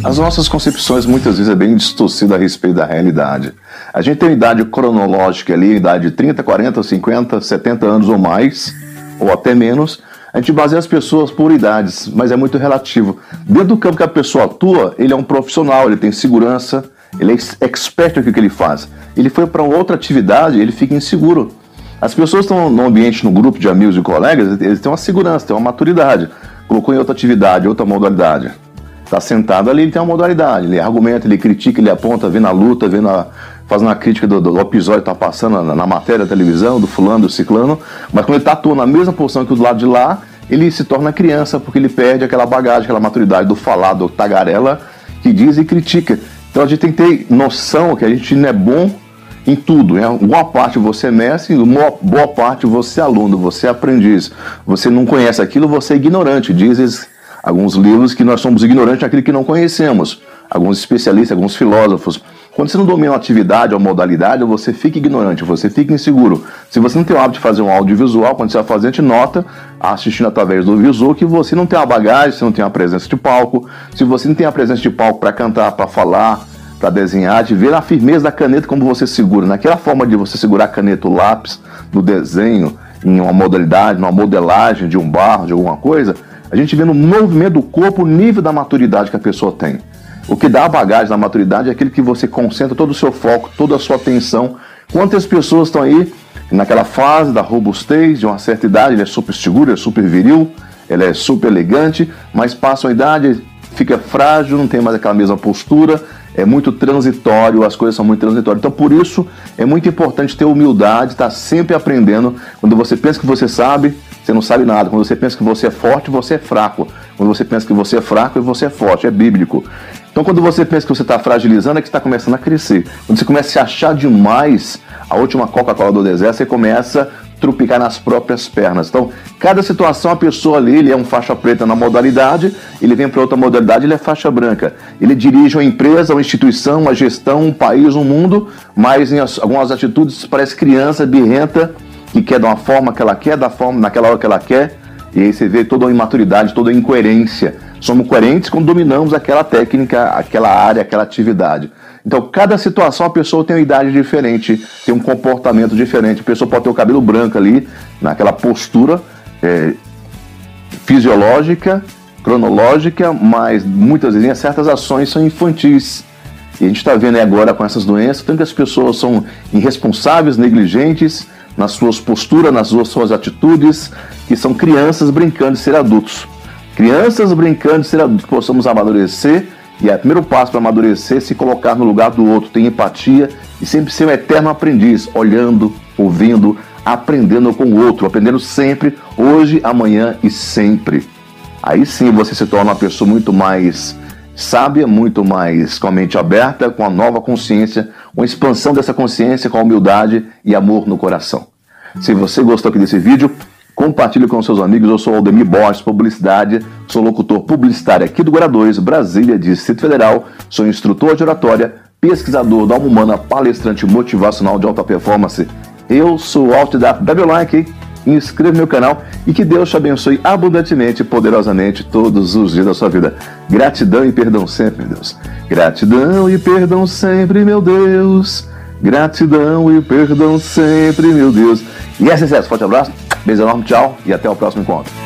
As nossas concepções muitas vezes é bem distorcida a respeito da realidade. A gente tem uma idade cronológica ali, idade de 30, 40, 50, 70 anos ou mais, ou até menos. A gente baseia as pessoas por idades, mas é muito relativo. Dentro do campo que a pessoa atua, ele é um profissional, ele tem segurança, ele é expert no que ele faz. Ele foi para outra atividade, ele fica inseguro. As pessoas estão no ambiente, no grupo de amigos e colegas, eles têm uma segurança, têm uma maturidade. Colocou em outra atividade, outra modalidade. Está sentado ali, ele tem uma modalidade, ele argumenta, ele critica, ele aponta, vê na luta, faz uma crítica do episódio que está passando na matéria da televisão, do fulano, do ciclano, mas quando ele está atuando na mesma posição que o do lado de lá, ele se torna criança, porque ele perde aquela bagagem, aquela maturidade do falar, do tagarela, que diz e critica. Então a gente tem que ter noção que a gente não é bom em tudo, né? Boa parte você é mestre, boa parte você é aluno, você é aprendiz. Você não conhece aquilo, você é ignorante. Dizem alguns livros que nós somos ignorantes naquilo que não conhecemos. Alguns especialistas, alguns filósofos. Quando você não domina uma atividade ou modalidade, você fica ignorante, você fica inseguro. Se você não tem o hábito de fazer um audiovisual, quando você vai fazer, a gente nota, assistindo através do visual, que você não tem uma bagagem, você não tem uma presença de palco. Se você não tem a presença de palco para cantar, para falar, para desenhar, de ver a firmeza da caneta como você segura, naquela forma de você segurar a caneta, o lápis, no desenho, em uma modalidade, numa modelagem de um barro, de alguma coisa, a gente vê no movimento do corpo o nível da maturidade que a pessoa tem. O que dá a bagagem da maturidade é aquele que você concentra todo o seu foco, toda a sua atenção. Quantas pessoas estão aí naquela fase da robustez, de uma certa idade, ele é super seguro, ele é super viril, ele é super elegante, mas passa a idade, fica frágil, não tem mais aquela mesma postura, é muito transitório, as coisas são muito transitórias. Então, por isso, é muito importante ter humildade, estar sempre aprendendo. Quando você pensa que você sabe, você não sabe nada. Quando você pensa que você é forte, você é fraco. Quando você pensa que você é fraco, você é forte. É bíblico. Então, quando você pensa que você está fragilizando, é que você está começando a crescer. Quando você começa a se achar demais, a última Coca-Cola do deserto, você começa a trupicar nas próprias pernas. Então, cada situação, a pessoa ali, ele é um faixa preta na modalidade, ele vem para outra modalidade, ele é faixa branca. Ele dirige uma empresa, uma instituição, uma gestão, um país, um mundo, mas em algumas atitudes parece criança, birrenta, que quer de uma forma que ela quer, da forma, naquela hora que ela quer, e aí você vê toda a imaturidade, toda a incoerência. Somos coerentes quando dominamos aquela técnica, aquela área, aquela atividade. Então, cada situação, a pessoa tem uma idade diferente, tem um comportamento diferente. A pessoa pode ter o cabelo branco ali, naquela postura fisiológica, cronológica, mas muitas vezes certas ações são infantis. E a gente está vendo agora com essas doenças, tanto que as pessoas são irresponsáveis, negligentes nas suas posturas, nas suas atitudes, que são crianças brincando de ser adultos. Crianças brincando de ser adultos, que possamos amadurecer. E o primeiro passo para amadurecer é se colocar no lugar do outro, ter empatia e sempre ser um eterno aprendiz, olhando, ouvindo, aprendendo com o outro, aprendendo sempre, hoje, amanhã e sempre. Aí sim você se torna uma pessoa muito mais sábia, muito mais com a mente aberta, com a nova consciência, uma expansão dessa consciência com humildade e amor no coração. Se você gostou aqui desse vídeo, compartilhe com seus amigos. Eu sou Aldemir Borges, publicidade, sou locutor publicitário aqui do Guará 2, Brasília, Distrito Federal, sou instrutor de oratória, pesquisador da alma humana, palestrante motivacional de alta performance. Eu sou autodidata, dá meu like, inscreva no meu canal e que Deus te abençoe abundantemente e poderosamente todos os dias da sua vida. Gratidão e perdão sempre, meu Deus. Gratidão e perdão sempre, meu Deus. Gratidão e perdão sempre, meu Deus. E é sucesso. Forte abraço, beijo enorme, tchau e até o próximo encontro.